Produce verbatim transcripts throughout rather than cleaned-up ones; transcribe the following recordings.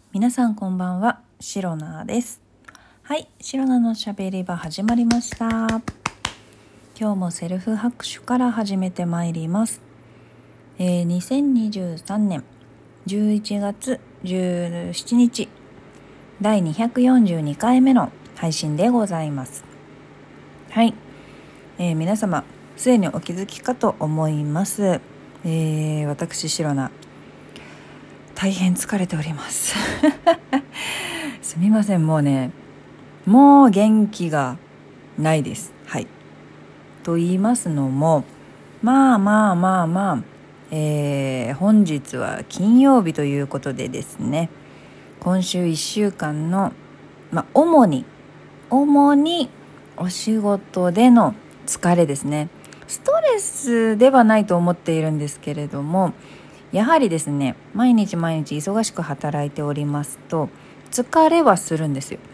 皆さんこんばんは、シロナです。はい、シロナのしゃべり場始まりました。今日もセルフ拍手から始めてまいります。えー、にせんにじゅうさんねんじゅういちがつじゅうしちにちだいにひゃくよんじゅうにかいめの配信でございます。はい、えー、皆様すでにお気づきかと思います。えー、私シロナ大変疲れておりますすみません、もうねもう元気がないです。はい。と言いますのも、まあまあまあまあ、えー、本日は金曜日ということでですね、今週いっしゅうかんの、まあ、主に主にお仕事での疲れですね。ストレスではないと思っているんですけれども、やはりですね、毎日毎日忙しく働いておりますと疲れはするんですよ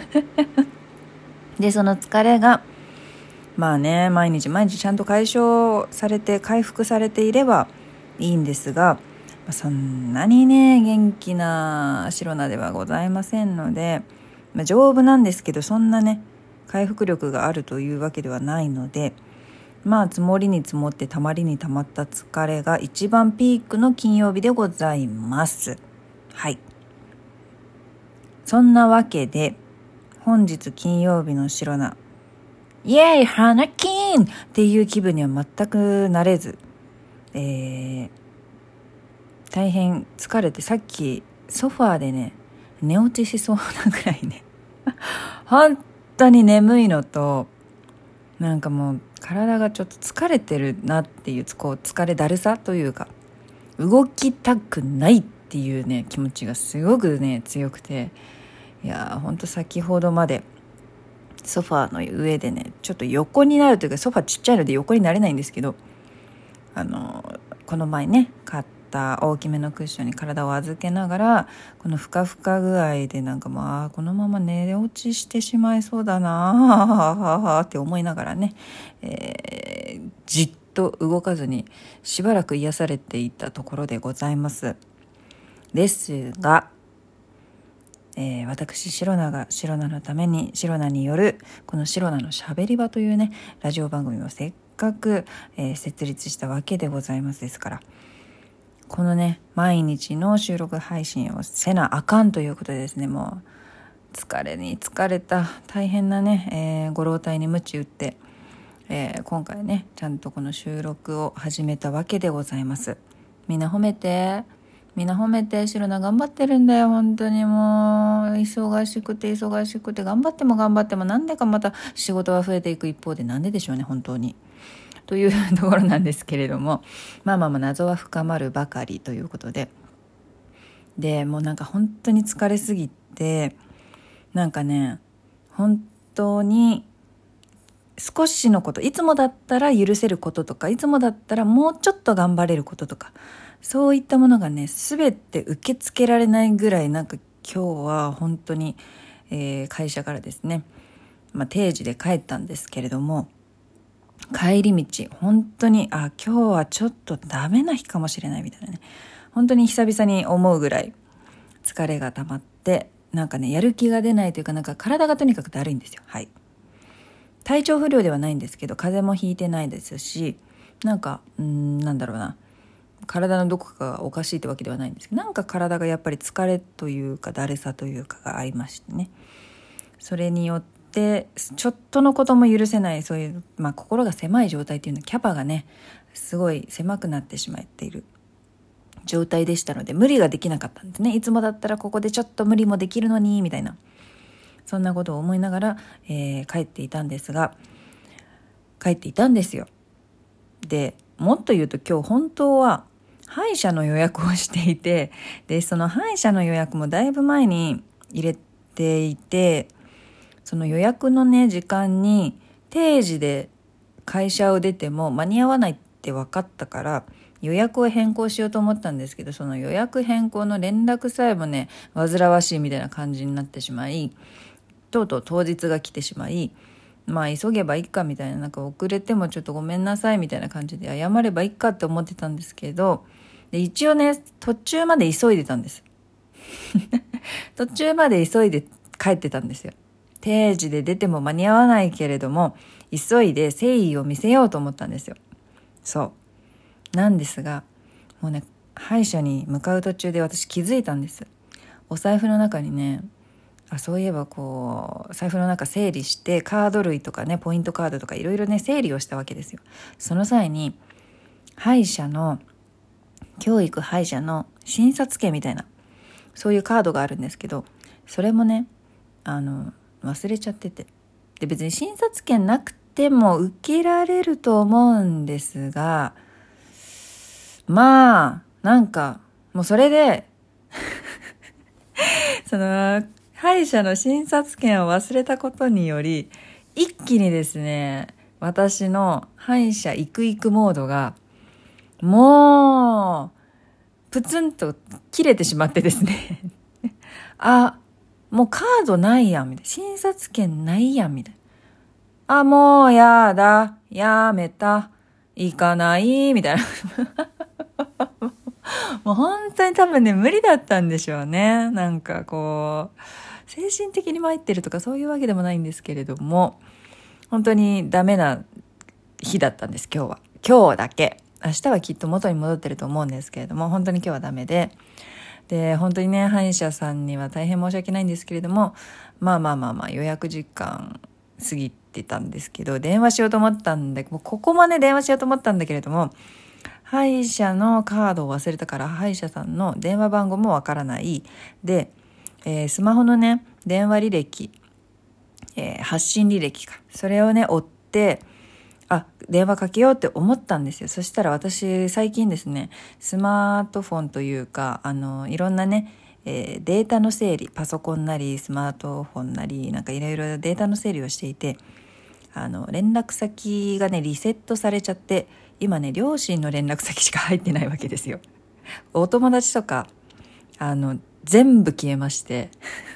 で、その疲れがまあね、毎日毎日ちゃんと解消されて回復されていればいいんですが、そんなにね元気なシロナではございませんので、まあ、丈夫なんですけど、そんなね回復力があるというわけではないので、まあ積もりに積もってたまりにたまった疲れが一番ピークの金曜日でございます。はい。そんなわけで本日金曜日のシロナ、イエーイ花金っていう気分には全くなれず、えー、大変疲れて、さっきソファーでね寝落ちしそうなくらいね本当に眠いのと、なんかもう体がちょっと疲れてるなっていう、こう疲れだるさというか、動きたくないっていうね気持ちがすごくね強くて、いやーほんと先ほどまでソファーの上でねちょっと横になるというか、ソファーちっちゃいので横になれないんですけど、あのこの前ね買った大きめのクッションに体を預けながら、このふかふか具合でなんかまあこのまま寝落ちしてしまいそうだなって思いながらね、えー、じっと動かずにしばらく癒されていたところでございます。ですが、えー、私シロナがシロナのためにシロナによるこのシロナのしゃべり場というねラジオ番組をせっかく、えー、設立したわけでございます。ですからこのね毎日の収録配信をせなあかんということでですね、もう疲れに疲れた大変なね、えー、ご老体に鞭打って、えー、今回ねちゃんとこの収録を始めたわけでございます。みんな褒めてみんな褒めて、シロナ頑張ってるんだよ。本当にもう忙しくて忙しくて、頑張っても頑張ってもなんでかまた仕事は増えていく一方で、なんででしょうね本当にというところなんですけれども、まあまあまあ謎は深まるばかりということで、でもうなんか本当に疲れすぎて、なんかね本当に少しのこと、いつもだったら許せることとか、いつもだったらもうちょっと頑張れることとか、そういったものがね全て受け付けられないぐらい、なんか今日は本当に、えー、会社からですね、まあ、定時で帰ったんですけれども、帰り道本当にあ今日はちょっとダメな日かもしれないみたいなね、本当に久々に思うぐらい疲れが溜まって、なんかねやる気が出ないというか、なんか体がとにかくだるいんですよ。はい。体調不良ではないんですけど、風邪もひいてないですし、なんかうーんなんだろうな、体のどこかがおかしいってわけではないんですけど、なんか体がやっぱり疲れというかだるさというかがありましてね、それによってちょっとのことも許せない、そういう、まあ、心が狭い状態っていうのは、キャパがねすごい狭くなってしまっている状態でしたので、無理ができなかったんですね。いつもだったらここでちょっと無理もできるのにみたいな、そんなことを思いながら、えー、帰っていたんですが帰っていたんですよ。でもっと言うと、今日本当は歯医者の予約をしていて、でその歯医者の予約もだいぶ前に入れていて、その予約のね時間に定時で会社を出ても間に合わないって分かったから、予約を変更しようと思ったんですけど、その予約変更の連絡さえもね煩わしいみたいな感じになってしまい、とうとう当日が来てしまい、まあ急げばいいかみたいな、なんか遅れてもちょっとごめんなさいみたいな感じで謝ればいいかって思ってたんですけど、で一応ね途中まで急いでたんです途中まで急いで帰ってたんですよ。定時で出ても間に合わないけれども、急いで誠意を見せようと思ったんですよ。そう。なんですが、もうね、歯医者に向かう途中で私気づいたんです。お財布の中にね、あ、そういえばこう財布の中整理してカード類とかね、ポイントカードとかいろいろね整理をしたわけですよ。その際に歯医者の教育歯医者の診察券みたいなそういうカードがあるんですけど、それもねあの忘れちゃってて、で別に診察券なくても受けられると思うんですが、まあなんかもうそれでその歯医者の診察券を忘れたことにより一気にですね、私の歯医者行く行くモードがもうプツンと切れてしまってですねあ、もうカードないやんみたいな、診察券ないやんみたいな、あ、もうやだ、やめた、行かないみたいなもう本当に多分ね無理だったんでしょうね。なんかこう精神的に参ってるとかそういうわけでもないんですけれども、本当にダメな日だったんです。今日は今日だけ、明日はきっと元に戻ってると思うんですけれども、本当に今日はダメで、で本当にね歯医者さんには大変申し訳ないんですけれども、まあまあまあまあ予約時間過ぎてたんですけど、電話しようと思ったんで、もうここもね電話しようと思ったんだけれども、歯医者のカードを忘れたから歯医者さんの電話番号もわからないで、えー、スマホのね電話履歴、えー、発信履歴か、それをね追って、あ、電話かけようって思ったんですよ。そしたら私最近ですね、スマートフォンというかあのいろんなね、えー、データの整理、パソコンなりスマートフォンなりなんかいろいろデータの整理をしていて、あの連絡先がねリセットされちゃって、今ね両親の連絡先しか入ってないわけですよ。お友達とかあの全部消えまして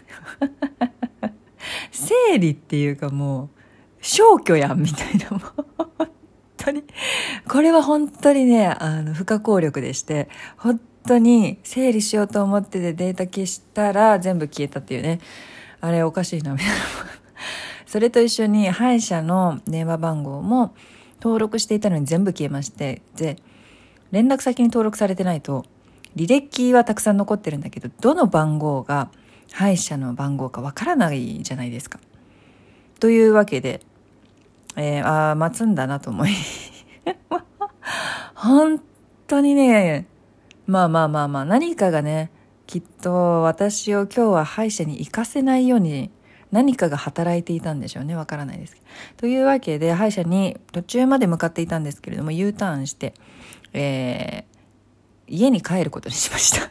整理っていうかもう消去やんみたいな、もう本当にこれは本当にねあの不可抗力でして、本当に整理しようと思っててデータ消したら全部消えたっていうね、あれおかしいなみたいなそれと一緒に歯医者の電話番号も登録していたのに全部消えまして、で連絡先に登録されてないと履歴はたくさん残ってるんだけど、どの番号が歯医者の番号かわからないじゃないですか。というわけで、えー、あ待つんだなと思い本当にね、まあまあまあまあ何かがねきっと私を今日は歯医者に行かせないように何かが働いていたんでしょうね。わからないです。というわけで歯医者に途中まで向かっていたんですけれども U ターンして、えー、家に帰ることにしました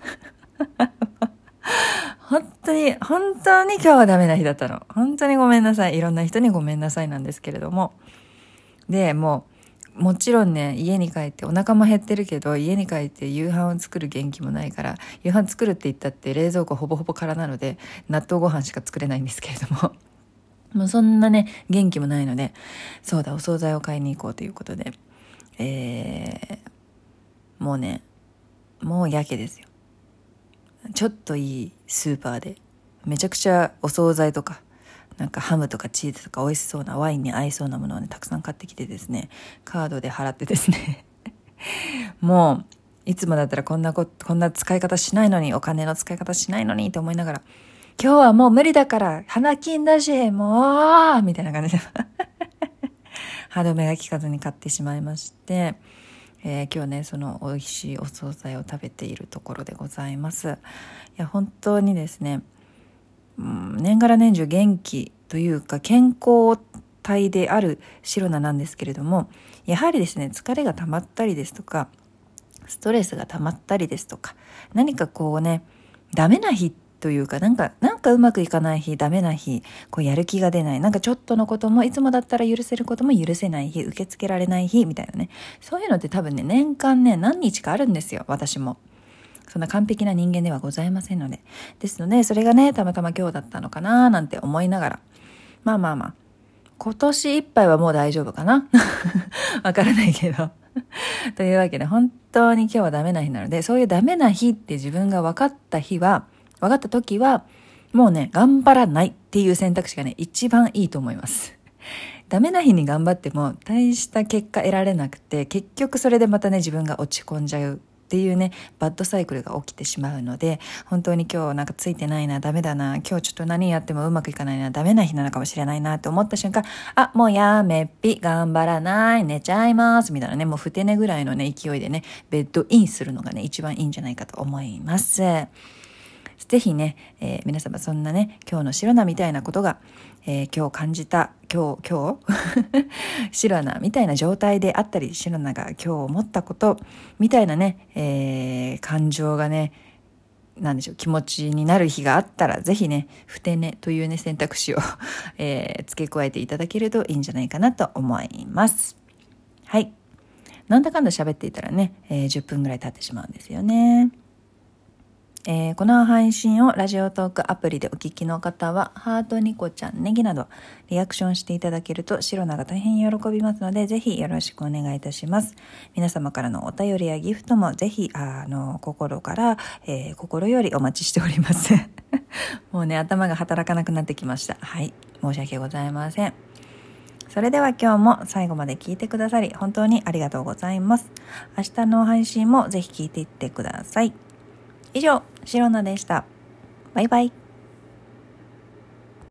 本当に本当に今日はダメな日だったの。本当にごめんなさい。いろんな人にごめんなさいなんですけれども、でもうもちろんね家に帰ってお腹も減ってるけど、家に帰って夕飯を作る元気もないから、夕飯作るって言ったって冷蔵庫ほぼほぼ空なので納豆ご飯しか作れないんですけれどももうそんなね元気もないので、そうだお惣菜を買いに行こうということで、えー、もうねもうやけですよ。ちょっといいスーパーでめちゃくちゃお惣菜とかなんかハムとかチーズとか美味しそうなワインに合いそうなものをねたくさん買ってきてですね、カードで払ってですねもういつもだったらこんなここんな使い方しないのに、お金の使い方しないのにと思いながら、今日はもう無理だから花金だしもうみたいな感じで歯止めが効かずに買ってしまいまして、えー、今日ねその美味しいお惣菜を食べているところでございます。いや本当にですね、うん、年がら年中元気というか健康体であるシロナなんですけれども、やはりですね疲れが溜まったりですとかストレスが溜まったりですとか、何かこうねダメな日というか、なんかなんかうまくいかない日、ダメな日、こうやる気が出ない、なんかちょっとのこともいつもだったら許せることも許せない日、受け付けられない日みたいなね、そういうのって多分ね年間ね何日かあるんですよ。私もそんな完璧な人間ではございませんので、ですのでそれがねたまたま今日だったのかななんて思いながら、まあまあまあ今年いっぱいはもう大丈夫かなわからないけどというわけで本当に今日はダメな日なので、そういうダメな日って自分が分かった日は分かった時はもうね、頑張らないっていう選択肢がね、一番いいと思います。ダメな日に頑張っても大した結果得られなくて、結局それでまたね、自分が落ち込んじゃうっていうね、バッドサイクルが起きてしまうので、本当に今日なんかついてないな、ダメだな、今日ちょっと何やってもうまくいかないな、ダメな日なのかもしれないなって思った瞬間、あ、もうやめっぴ、頑張らない、寝ちゃいますみたいなね、もうふて寝ぐらいのね、勢いでね、ベッドインするのがね、一番いいんじゃないかと思います。ぜひね、えー、皆様そんなね、今日のシロナみたいなことが、えー、今日感じた、今日、今日シロナみたいな状態であったり、シロナが今日思ったことみたいなね、えー、感情がね、なんでしょう、気持ちになる日があったら、ぜひね、ふて寝というね、選択肢を、えー、付け加えていただけるといいんじゃないかなと思います。はい。なんだかんだ喋っていたらね、えー、じゅっぷんぐらい経ってしまうんですよね。えー、この配信をラジオトークアプリでお聞きの方は、ハート、ニコちゃん、ネギなどリアクションしていただけるとシロナが大変喜びますので、ぜひよろしくお願いいたします。皆様からのお便りやギフトもぜひあの心から、えー、心よりお待ちしておりますもうね、頭が働かなくなってきました。はい、申し訳ございません。それでは今日も最後まで聞いてくださり本当にありがとうございます。明日の配信もぜひ聞いていってください。以上、シロナでした。バイバイ。